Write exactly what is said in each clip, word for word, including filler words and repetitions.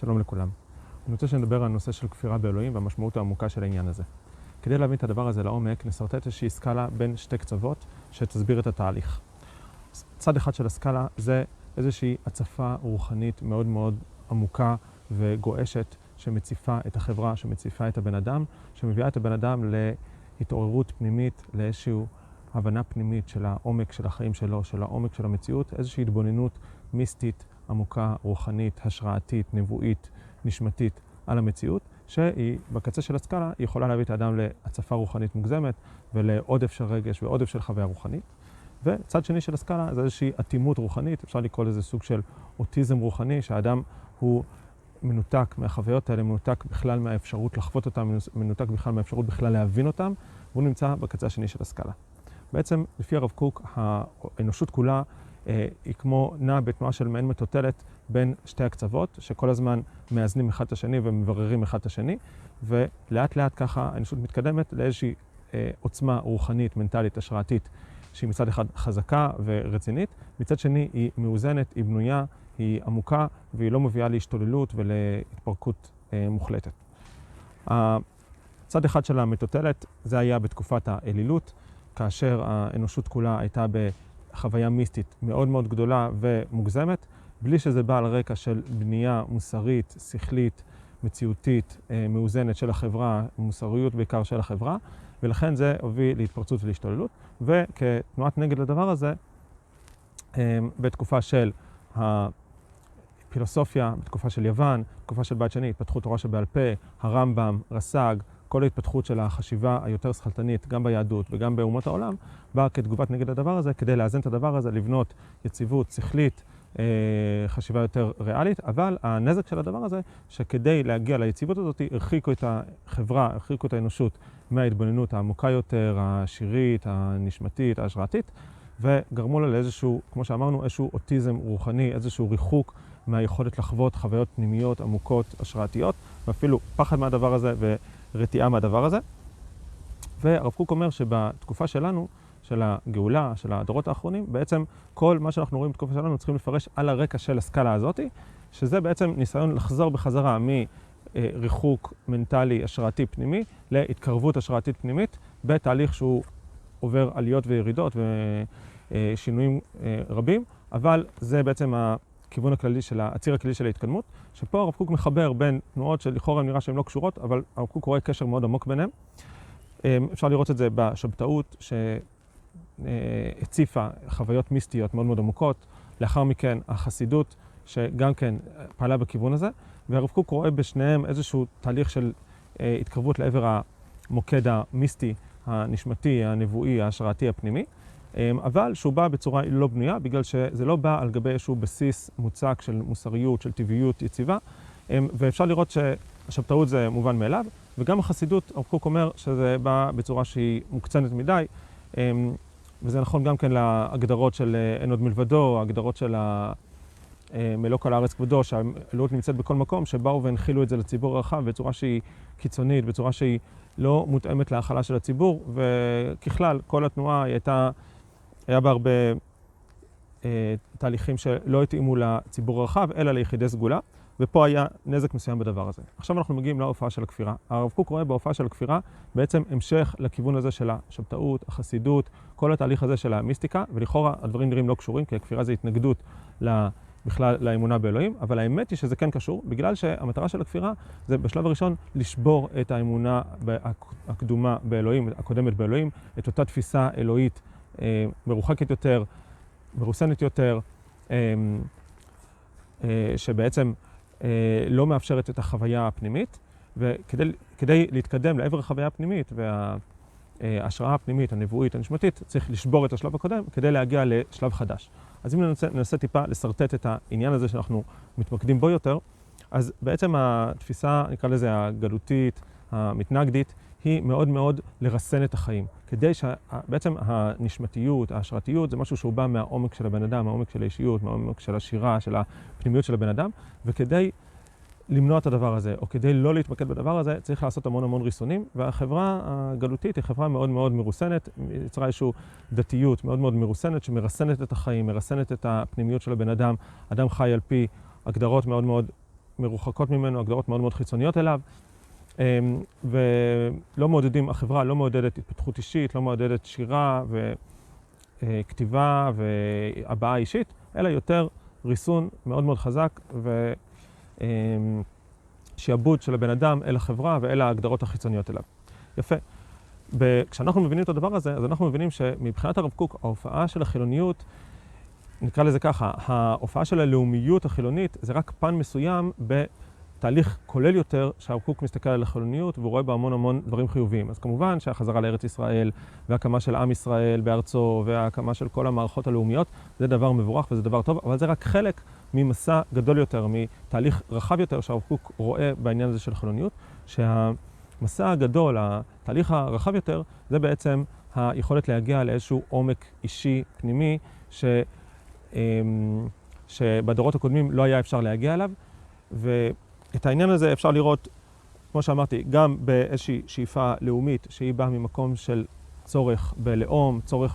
שלום לכולם. אני רוצה שנדבר על הנושא של כפירה באלוהים והמשמעות העמוקה של העניין הזה. כדי להבין את הדבר הזה לעומק, נסרטט איזושהי סקאלה בין שתי קצוות שתסביר את התהליך. צד אחד של הסקאלה זה איזושהי הצפה רוחנית מאוד מאוד עמוקה וגועשת שמציפה את החברה, שמציפה את הבן אדם, שמביאה את הבן אדם להתעוררות פנימית, לאיזושהי הבנה פנימית של העומק של החיים שלו, של העומק של המציאות, איזושהי התבוננות מיסטית, עמוקה, רוחנית, השראתית, נבואית, נשמתית על המציאות, שהיא בקצה של הסקאלה יכולה להביא את האדם להצפה רוחנית מוגזמת ולעודף של רגש ועודף של חוויה רוחנית. וצד שני של הסקאלה זה איזושהי אטימות רוחנית, אפשר לקרוא לזה סוג של אוטיזם רוחני, שהאדם הוא מנותק מהחוויות האלה, מנותק בכלל מהאפשרות לחוות אותם, מנותק בכלל מהאפשרות בכלל להבין אותם, והוא נמצא בקצה השני של הסקאלה. בעצם, לפי הרב קוק, האנושות כולה אה, היא כמו נעה בתנועה של מעין מטוטלת בין שתי הקצוות, שכל הזמן מאזנים אחד את השני ומבררים אחד את השני, ולאט לאט ככה האנושות מתקדמת לאיזושהי אה, עוצמה רוחנית, מנטלית, השראתית, שהיא מצד אחד חזקה ורצינית, מצד שני היא מאוזנת, היא בנויה, היא עמוקה, והיא לא מביאה להשתוללות ולהתפרקות אה, מוחלטת. הצד אחד של המטוטלת, זה היה בתקופת האלילות, כאשר האנושות כולה הייתה בחוויה מיסטית מאוד מאוד גדולה ומוגזמת, בלי שזה בא על רקע של בנייה מוסרית, שכלית, מציאותית, מאוזנת של החברה, מוסריות בעיקר של החברה, ולכן זה הוביל להתפרצות ולהשתוללות. וכתנועת נגד לדבר הזה, בתקופה של הפילוסופיה, בתקופה של יוון, בתקופה של בית שני, התפתחות תורה שבעל פה, הרמב"ם, רס"ג, כל ההתפתחות של החשיבה היותר שכלתנית, גם ביהדות וגם באומות העולם, באה כתגובת נגד הדבר הזה, כדי לאזן את הדבר הזה, לבנות יציבות, שכלית, חשיבה יותר ריאלית, אבל הנזק של הדבר הזה, שכדי להגיע ליציבות הזאת, הרחיקו את החברה, הרחיקו את האנושות מההתבוננות העמוקה יותר, השירית, הנשמתית, ההשראתית, וגרמו לה לאיזשהו, כמו שאמרנו, איזשהו אוטיזם רוחני, איזשהו ריחוק מהיכולת לחוות חוויות פנימיות, עמוקות, השראתיות, ואפילו פחד מהדבר הזה ורתיעה מהדבר הזה. והרב קוק אומר שבתקופה שלנו, של הגאולה, של הדורות האחרונים, בעצם כל מה שאנחנו רואים בתקופה שלנו צריכים לפרש על הרקע של הסקאלה הזאת, שזה בעצם ניסיון לחזור בחזרה מריחוק מנטלי, השראתי פנימי, להתקרבות השראתית פנימית, בתהליך שהוא עובר עליות וירידות ושינויים רבים, אבל זה בעצם הכיוון הכללי של, הציר הכללי של ההתקדמות, שפה הרב קוק מחבר בין תנועות שלכאורה נראה שהן לא קשורות, אבל הרב קוק רואה קשר מאוד עמוק ביניהם. אפשר לראות את זה בשבתאות, שהציפה חוויות מיסטיות מאוד מאוד עמוקות, לאחר מכן החסידות, שגם כן פעלה בכיוון הזה, והרב קוק רואה בשניהם איזשהו תהליך של התקרבות לעבר המוקד המיסטי, הנשמתי, הנבואי, ההשראתי, הפנימי, אבל שהוא בא בצורה לא בנויה, בגלל שזה לא בא על גבי איזשהו בסיס מוצק של מוסריות, של טבעיות יציבה, ואפשר לראות שהשבתאות זה מובן מאליו, וגם החסידות, הרב קוק אומר שזה בא בצורה שהיא מוקצנת מדי, וזה נכון גם כן להגדרות של אין עוד מלבדו, ההגדרות של מלוק על הארץ כבודו, שהאלוהות נמצאת בכל מקום, שבאו והנחילו את זה לציבור הרחב בצורה שהיא קיצונית, בצורה שהיא לא מותאמת להאכלה של הציבור, וככלל, כל התנועה הייתה, היה בה הרבה אה, תהליכים שלא התאימו לציבור הרחב, אלא ליחידי סגולה, ופה היה נזק מסוים בדבר הזה. עכשיו אנחנו מגיעים להופעה של הכפירה. הרב קוק רואה בהופעה של הכפירה בעצם המשך לכיוון הזה של השבתאות, החסידות, כל התהליך הזה של המיסטיקה, ולכאורה הדברים נראים לא קשורים, כי הכפירה זה התנגדות ל... בכלל לאמונה באלוהים, אבל האמת היא שזה כן קשור, בגלל שהמטרה של הכפירה זה בשלב הראשון לשבור את האמונה הקדומה באלוהים, הקודמת באלוהים, את אותה תפיסה אלוהית אה, מרוחקת יותר, מרוסנת יותר, אה, אה, שבעצם אה, לא מאפשרת את החוויה הפנימית, וכדי כדי להתקדם לעבר החוויה הפנימית וההשראה הפנימית, הנבואית, הנשמתית, צריך לשבור את השלב הקודם כדי להגיע לשלב חדש. אז אם ננסה, ננסה טיפה לסרטט את העניין הזה שאנחנו מתמקדים בו יותר, אז בעצם התפיסה, נקרא לזה הגלותית, המתנגדית, היא מאוד מאוד לרסן את החיים. כדי שבעצם הנשמתיות, ההשראתיות, זה משהו שהוא בא מהעומק של הבן אדם, מהעומק של האישיות, מהעומק של השירה, של הפנימיות של הבן אדם, וכדי למנוע את הדבר הזה, או כדי לא להתמקד בדבר הזה, צריך לעשות המון המון ריסונים, והחברה הגלותית היא חברה מאוד מאוד מרוסנת, יצרה איזושהי דתיות מאוד מאוד מרוסנת, שמרסנת את החיים, מרסנת את הפנימיות של הבן אדם. אדם חי על פי הגדרות מאוד מאוד מרוחקות ממנו, הגדרות מאוד מאוד חיצוניות אליו, ולא מעודדים, החברה לא מעודדת התפתחות אישית, לא מעודדת שירה וכתיבה והבעה אישית, אלא יותר ריסון מאוד מאוד חזק ושיעבוד של הבן אדם אל החברה ואל ההגדרות החיצוניות אליו. יפה. כשאנחנו מבינים את הדבר הזה, אז אנחנו מבינים שמבחינת הרב קוק, ההופעה של החילוניות, נקרא לזה ככה, ההופעה של הלאומיות החילונית זה רק פן מסוים בתהליך כולל יותר שהרב קוק מסתכל על החילוניות והוא רואה בה המון המון דברים חיוביים. אז כמובן שהחזרה לארץ ישראל והקמה של עם ישראל בארצו והקמה של כל המערכות הלאומיות זה דבר מבורך וזה דבר טוב, אבל זה רק חלק ממסע גדול יותר, מתהליך רחב יותר שהרב קוק רואה בעניין הזה של החילוניות, שהמסע הגדול, התהליך הרחב יותר, זה בעצם היכולת להגיע לאיזשהו עומק אישי פנימי ש... שבדורות הקודמים לא היה אפשר להגיע אליו, ואת העניין הזה אפשר לראות, כמו שאמרתי, גם באיזושהי שאיפה לאומית שהיא באה ממקום של צורך בלאום, צורך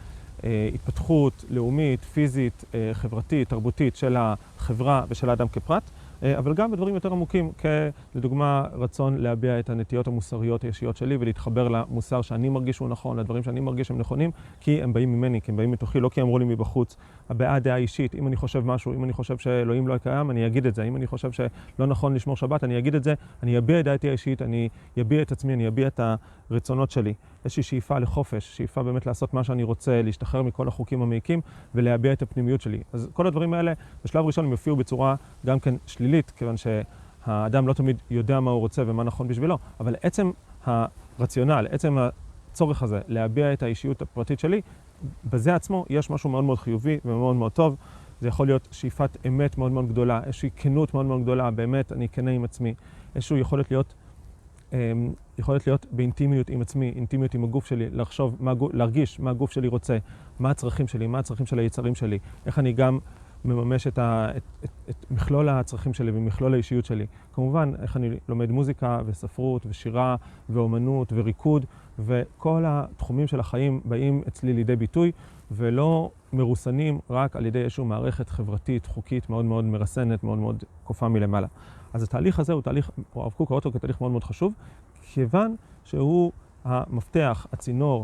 בהתפתחות לאומית, פיזית, חברתית, תרבותית של החברה ושל האדם כפרט, אבל גם בדברים יותר עמוקים, כלדוגמה רצון להביע את הנטיות המוסריות האישיות שלי ולהתחבר למוסר שאני מרגיש שהוא נכון, לדברים שאני מרגיש שהם נכונים, כי הם באים ממני, כי הם באים מתוכי, לא כי אמרו לי מבחוץ. הבעה דעה אישית, אם אני חושב משהו, אם אני חושב שאלוהים לא קיים, אני אגיד את זה. אם אני חושב שלא נכון לשמור שבת, אני אגיד את זה. אני אביע את דעתי האישית, אני אביע את עצמי, אני אביע את הרצונות שלי. איזושהי שאיפה לחופש, שאיפה באמת לעשות מה שאני רוצה, להשתחרר מכל החוקים המעיקים ולהביע את הפנימיות שלי. אז כל הדברים האלה, בשלב ראשון הם יופיעו בצורה גם כן שלילית, כיוון שהאדם לא תמיד יודע מה הוא רוצה ומה נכון בשבילו, אבל עצם הרציונל, עצם הצורך הזה להביע את האישיות הפרטית שלי, בזה עצמו יש משהו מאוד מאוד חיובי ומאוד מאוד טוב. זה יכול להיות שאיפת אמת מאוד מאוד גדולה, איזושהי כנות מאוד מאוד גדולה, באמת אני כנה עם עצמי, איזושהי יכולת להיות יכולת להיות באינטימיות עם עצמי, אינטימיות עם הגוף שלי, לחשוב, מה, להרגיש מה הגוף שלי רוצה, מה הצרכים שלי, מה הצרכים של היצרים שלי, איך אני גם מממש את, ה, את, את, את מכלול הצרכים שלי ומכלול האישיות שלי. כמובן, איך אני לומד מוזיקה וספרות ושירה ואומנות וריקוד, וכל התחומים של החיים באים אצלי לידי ביטוי, ולא מרוסנים רק על ידי איזושהי מערכת חברתית, חוקית, מאוד מאוד מרסנת, מאוד מאוד כופה מלמעלה. אז התהליך הזה הוא תהליך, הרב קוק רואה אותו כתהליך מאוד מאוד חשוב, כיוון שהוא המפתח, הצינור,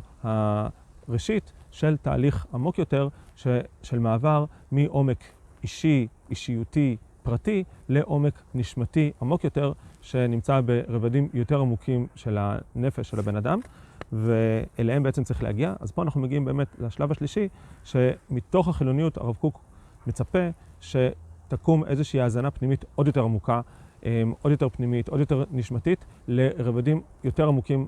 הראשית של תהליך עמוק יותר, ש, של מעבר מעומק אישי, אישיותי, פרטי, לעומק נשמתי עמוק יותר, שנמצא ברבדים יותר עמוקים של הנפש של הבן אדם, ואליהם בעצם צריך להגיע. אז פה אנחנו מגיעים באמת לשלב השלישי, שמתוך החילוניות הרב קוק מצפה שתקום איזושהי האזנה פנימית עוד יותר עמוקה, עוד יותר פנימית, עוד יותר נשמתית, לרבדים יותר עמוקים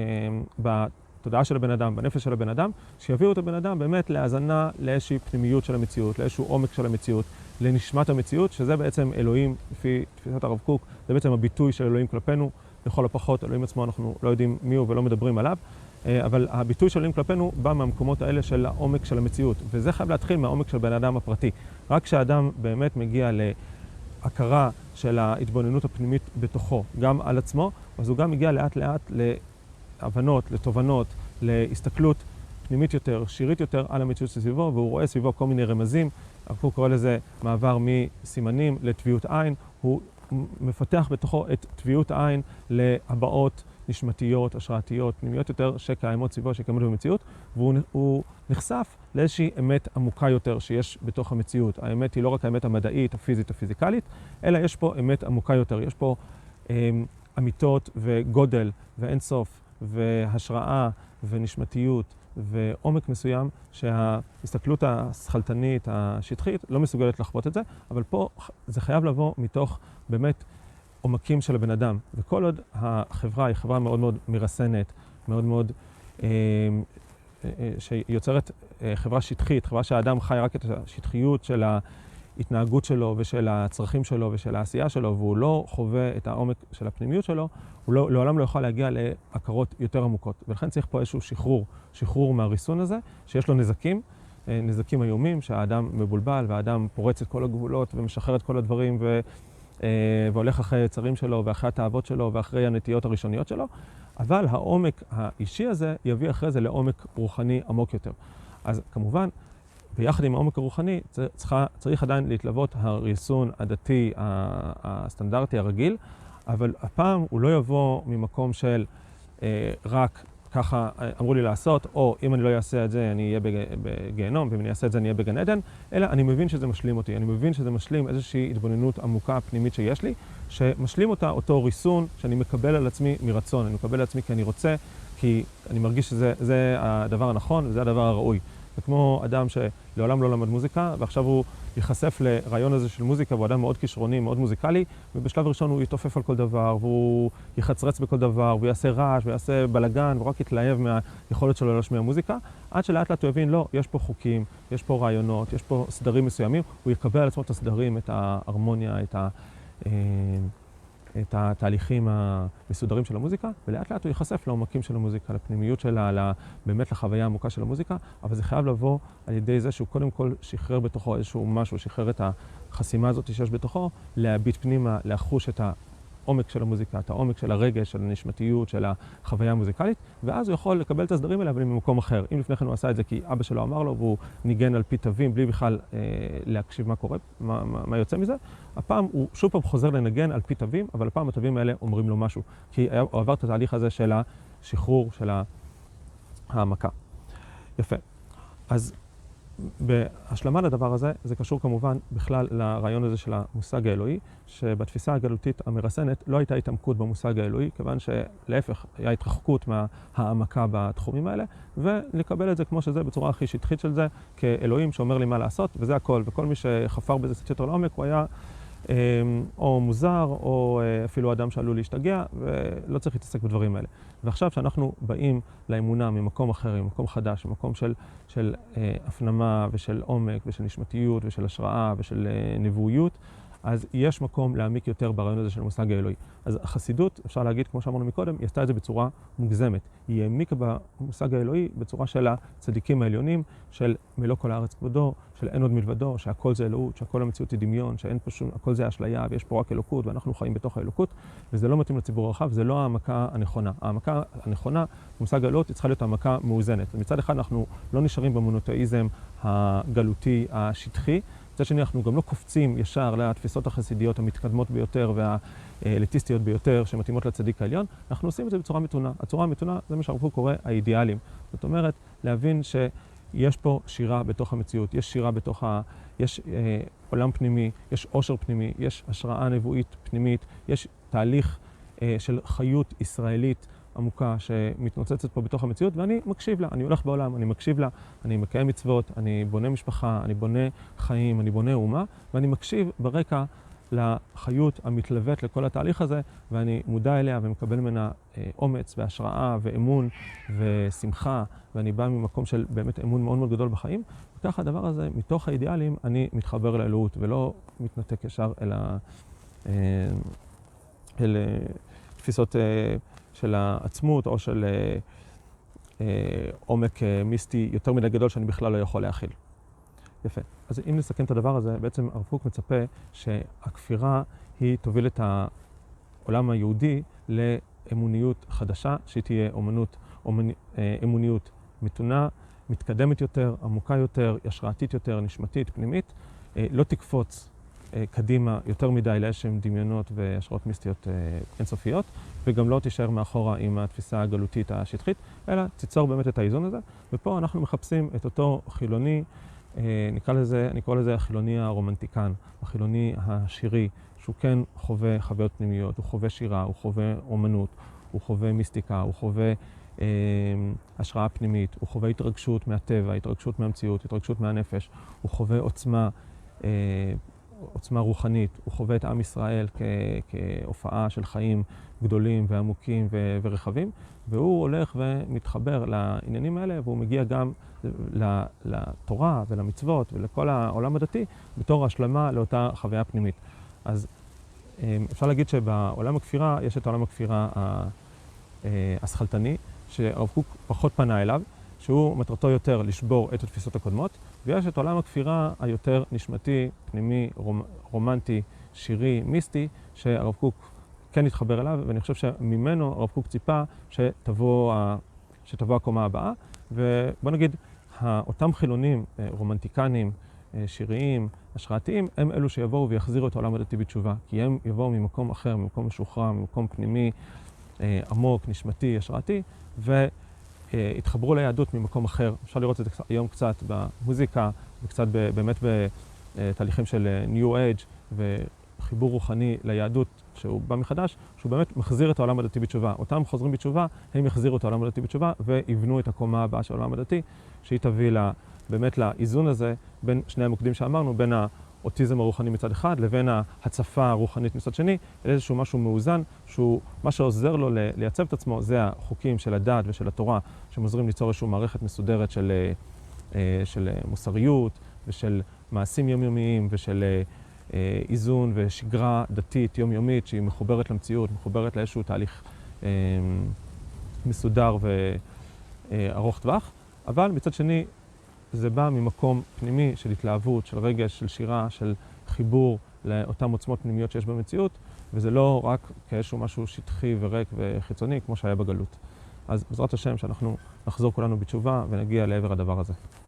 בתודעה של הבן אדם, בנפש של הבן אדם, שיביאו את הבן אדם באמת להאזנה לאיזושהי פנימיות של המציאות, לאיזשהו עומק של המציאות, לנשמת המציאות, שזה בעצם אלוהים, לפי תפיסת הרב קוק, זה בעצם הביטוי של אלוהים כלפינו, לכל הפחות, אלוהים עצמו אנחנו לא יודעים מי הוא ולא מדברים עליו, אבל הביטוי של אלוהים כלפינו בא מהמקומות האלה של העומק של המציאות, וזה חייב להתחיל מהעומק של בן אדם הפרטי. רק כשאדם באמת מגיע להכרה של ההתבוננות הפנימית בתוכו, גם על עצמו, אז הוא גם מגיע לאט לאט להבנות, לתובנות, להסתכלות פנימית יותר, שירית יותר על המציאות סביבו, והוא רואה סביבו כל מיני רמזים. הוא קורא לזה מעבר מסימנים לטבעיות עין, הוא מפתח בתוכו את טבעיות עין להבעות נשמתיות, השראתיות, פנימיות יותר, שקיימות סביבו, שקיימות במציאות, והוא נחשף לאיזושהי אמת עמוקה יותר שיש בתוך המציאות. האמת היא לא רק האמת המדעית, הפיזית, הפיזיקלית, אלא יש פה אמת עמוקה יותר. יש פה אמ, אמיתות וגודל ואינסוף והשראה ונשמתיות ועומק מסוים שההסתכלות השכלתנית, השטחית, לא מסוגלת לחוות את זה, אבל פה זה חייב לבוא מתוך באמת עומקים של הבן אדם. וכל עוד החברה היא חברה מאוד מאוד מרסנת, מאוד מאוד אה, אה, שיוצרת אה, חברה שטחית, חברה שהאדם חי רק את השטחיות של ההתנהגות שלו ושל הצרכים שלו ושל העשייה שלו, והוא לא חווה את העומק של הפנימיות שלו, הוא לא, לעולם לא יוכל להגיע להכרות יותר עמוקות. ולכן צריך פה איזשהו שחרור, שחרור מהריסון הזה, שיש לו נזקים, נזקים איומים, שהאדם מבולבל והאדם פורץ את כל הגבולות ומשחרר את כל הדברים ו, והולך אחרי היצרים שלו ואחרי התאוות שלו ואחרי הנטיות הראשוניות שלו, אבל העומק האישי הזה יביא אחרי זה לעומק רוחני עמוק יותר. אז כמובן, ביחד עם העומק הרוחני צריכה, צריך עדיין להתלוות הריסון הדתי הסטנדרטי הרגיל, אבל הפעם הוא לא יבוא ממקום של אה, רק ככה אמרו לי לעשות, או אם אני לא אעשה את זה אני אהיה בגיהנום, ואם אני אעשה את זה אני אהיה בגן עדן, אלא אני מבין שזה משלים אותי, אני מבין שזה משלים איזושהי התבוננות עמוקה פנימית שיש לי, שמשלים אותה אותו ריסון שאני מקבל על עצמי מרצון, אני מקבל על עצמי כי אני רוצה, כי אני מרגיש שזה הדבר הנכון וזה הדבר הראוי. זה כמו אדם שלעולם לא למד מוזיקה, ועכשיו הוא ייחשף לרעיון הזה של מוזיקה, והוא אדם מאוד כישרוני, מאוד מוזיקלי, ובשלב הראשון הוא יתופף על כל דבר, והוא יחצרץ בכל דבר, והוא יעשה רעש, ויעשה בלגן, והוא רק יתלהב מהיכולת שלו להשמיע מוזיקה, עד שלאט לאט הוא יבין, לא, יש פה חוקים, יש פה רעיונות, יש פה סדרים מסוימים, הוא יקבל על עצמו את הסדרים, את ההרמוניה, את ה... את התהליכים המסודרים של המוזיקה, ולאט לאט הוא ייחשף לעומקים של המוזיקה, לפנימיות שלה, באמת לחוויה העמוקה של המוזיקה, אבל זה חייב לבוא על ידי זה שהוא קודם כל שחרר בתוכו איזשהו משהו, שחרר את החסימה הזאת שיש בתוכו, להביט פנימה, להחוש את העומק של המוזיקה, את העומק של הרגש, של הנשמתיות, של החוויה המוזיקלית, ואז הוא יכול לקבל את הסדרים האלה, אבל ממקום אחר. אם לפני כן הוא עשה את זה כי אבא שלו אמר לו, והוא ניגן על פי תווים, בלי בכלל אה, להקשיב מה קורה, מה, מה, מה יוצא מזה, הפעם הוא שוב פעם חוזר לנגן על פי תווים, אבל הפעם התווים האלה אומרים לו משהו, כי הוא עבר את התהליך הזה של השחרור, של העמקה. יפה. אז בהשלמה לדבר הזה, זה קשור כמובן בכלל לרעיון הזה של המושג האלוהי, שבתפיסה הגלותית המרסנת לא הייתה התעמקות במושג האלוהי, כיוון שלהפך היה התרחקות מהעמקה בתחומים האלה, ולקבל את זה כמו שזה בצורה הכי שטחית של זה, כאלוהים שאומר לי מה לעשות, וזה הכל. וכל מי שחפר בזה קצת יותר לעומק, הוא היה או מוזר, או אפילו אדם שעלול להשתגע, ולא צריך להתעסק בדברים האלה. ועכשיו שאנחנו באים לאמונה ממקום אחר, ממקום חדש, ממקום של, של אה, הפנמה ושל עומק ושל נשמתיות ושל השראה ושל אה, נבואיות, אז יש מקום להעמיק יותר ברעיון הזה של המושג האלוהי. אז החסידות, אפשר להגיד, כמו שאמרנו מקודם, היא עשתה את זה בצורה מוגזמת. היא העמיקה במושג האלוהי בצורה של הצדיקים העליונים, של מלוא כל הארץ כבודו, של אין עוד מלבדו, שהכל זה אלוהות, שהכל המציאות היא דמיון, שאין פה שום, הכל זה אשליה ויש פה רק אלוקות ואנחנו חיים בתוך האלוקות, וזה לא מתאים לציבור הרחב, זה לא העמקה הנכונה. העמקה הנכונה, במושג האלוהות, היא צריכה להיות העמקה מאוזנת. מצד אחד אנחנו לא נשארים במונותאיזם הגלותי השטחי, מצד שני אנחנו גם לא קופצים ישר לתפיסות החסידיות המתקדמות ביותר והאליטיסטיות ביותר שמתאימות לצדיק העליון, אנחנו עושים את זה בצורה מתונה. הצורה המתונה זה מה שהרב קוק קורא האידיאלים. זאת אומרת, להבין שיש פה שירה בתוך המציאות, יש שירה בתוך ה... יש אה, עולם פנימי, יש עושר פנימי, יש השראה נבואית פנימית, יש תהליך אה, של חיות ישראלית עמוקה שמתנוצצת פה בתוך המציאות, ואני מקשיב לה, אני הולך בעולם, אני מקשיב לה, אני מקיים מצוות, אני בונה משפחה, אני בונה חיים, אני בונה אומה, ואני מקשיב ברקע לחיות המתלוות לכל התהליך הזה, ואני מודע אליה ומקבל ממנה אה, אומץ והשראה ואמון ושמחה, ואני בא ממקום של באמת אמון מאוד מאוד גדול בחיים, וככה הדבר הזה, מתוך האידיאלים, אני מתחבר לאלוהות, ולא מתנתק ישר אל, ה, אה, אל אה, תפיסות אה, של העצמות או של אה, אה, עומק אה, מיסטי יותר מדי גדול שאני בכלל לא יכול להכיל. יפה. אז אם נסכם את הדבר הזה, בעצם הרב קוק מצפה שהכפירה היא תוביל את העולם היהודי לאמוניות חדשה, שהיא תהיה אומנות, אומנ... אה, אמוניות מתונה, מתקדמת יותר, עמוקה יותר, השראתית יותר, נשמתית, פנימית, אה, לא תקפוץ קדימה יותר מדי לאיזשהם דמיונות והשראות מיסטיות אינסופיות, וגם לא תישאר מאחורה עם התפיסה הגלותית השטחית, אלא תיצור באמת את האיזון הזה. ופה אנחנו מחפשים את אותו חילוני, נקרא לזה, אני קורא לזה החילוני הרומנטיקן, החילוני השירי, שהוא כן חווה חוויות פנימיות, הוא חווה שירה, הוא חווה אומנות, הוא חווה מיסטיקה, הוא חווה אה, השראה פנימית, הוא חווה התרגשות מהטבע, התרגשות מהמציאות, התרגשות מהנפש, הוא חווה עוצמה, אה, עוצמה רוחנית, הוא חווה את עם ישראל כ- כהופעה של חיים גדולים ועמוקים ו- ורחבים, והוא הולך ומתחבר לעניינים האלה, והוא מגיע גם לתורה ולמצוות ולכל העולם הדתי בתור השלמה לאותה חוויה פנימית. אז אפשר להגיד שבעולם הכפירה יש את עולם הכפירה השכלתני, שהרב קוק פחות פנה אליו, שהוא מטרתו יותר לשבור את התפיסות הקודמות, ויש את עולם הכפירה היותר נשמתי, פנימי, רומנטי, שירי, מיסטי, שהרב קוק כן התחבר אליו, ואני חושב שממנו הרב קוק ציפה שתבוא, שתבוא הקומה הבאה. ובוא נגיד, אותם חילונים, רומנטיקנים, שיריים, השראתיים, הם אלו שיבואו ויחזירו את העולם הדתי בתשובה. כי הם יבואו ממקום אחר, ממקום משוחרר, ממקום פנימי, עמוק, נשמתי, השראתי, והתחברו ליהדות ממקום אחר. אפשר לראות את זה היום קצת במוזיקה, וקצת באמת בתהליכים של New Age, וחיבור רוחני ליהדות שהוא בא מחדש, שהוא באמת מחזיר את העולם הדתי בתשובה. אותם חוזרים בתשובה, הם יחזירו את העולם הדתי בתשובה, ויבנו את הקומה הבאה של העולם הדתי, שהיא תביא לה, באמת לאיזון הזה בין שני המוקדים שאמרנו, בין האוטיזם הרוחני מצד אחד, לבין ההצפה הרוחנית מצד שני, אל איזשהו משהו מאוזן, שהוא, מה שעוזר לו לייצב את עצמו, זה החוקים של הדת ושל התורה, שמוזרים ליצור איזושהי מערכת מסודרת של, של מוסריות, ושל מעשים יומיומיים, ושל איזון ושגרה דתית יומיומית, שהיא מחוברת למציאות, מחוברת לאיזשהו תהליך מסודר וארוך טווח. אבל מצד שני, זה בא ממקום פנימי של התלהבות, של רגש, של שירה, של חיבור לאותן עוצמות פנימיות שיש במציאות, וזה לא רק כאיזשהו משהו שטחי וריק וחיצוני, כמו שהיה בגלות. אז בעזרת השם שאנחנו נחזור כולנו בתשובה ונגיע לעבר הדבר הזה.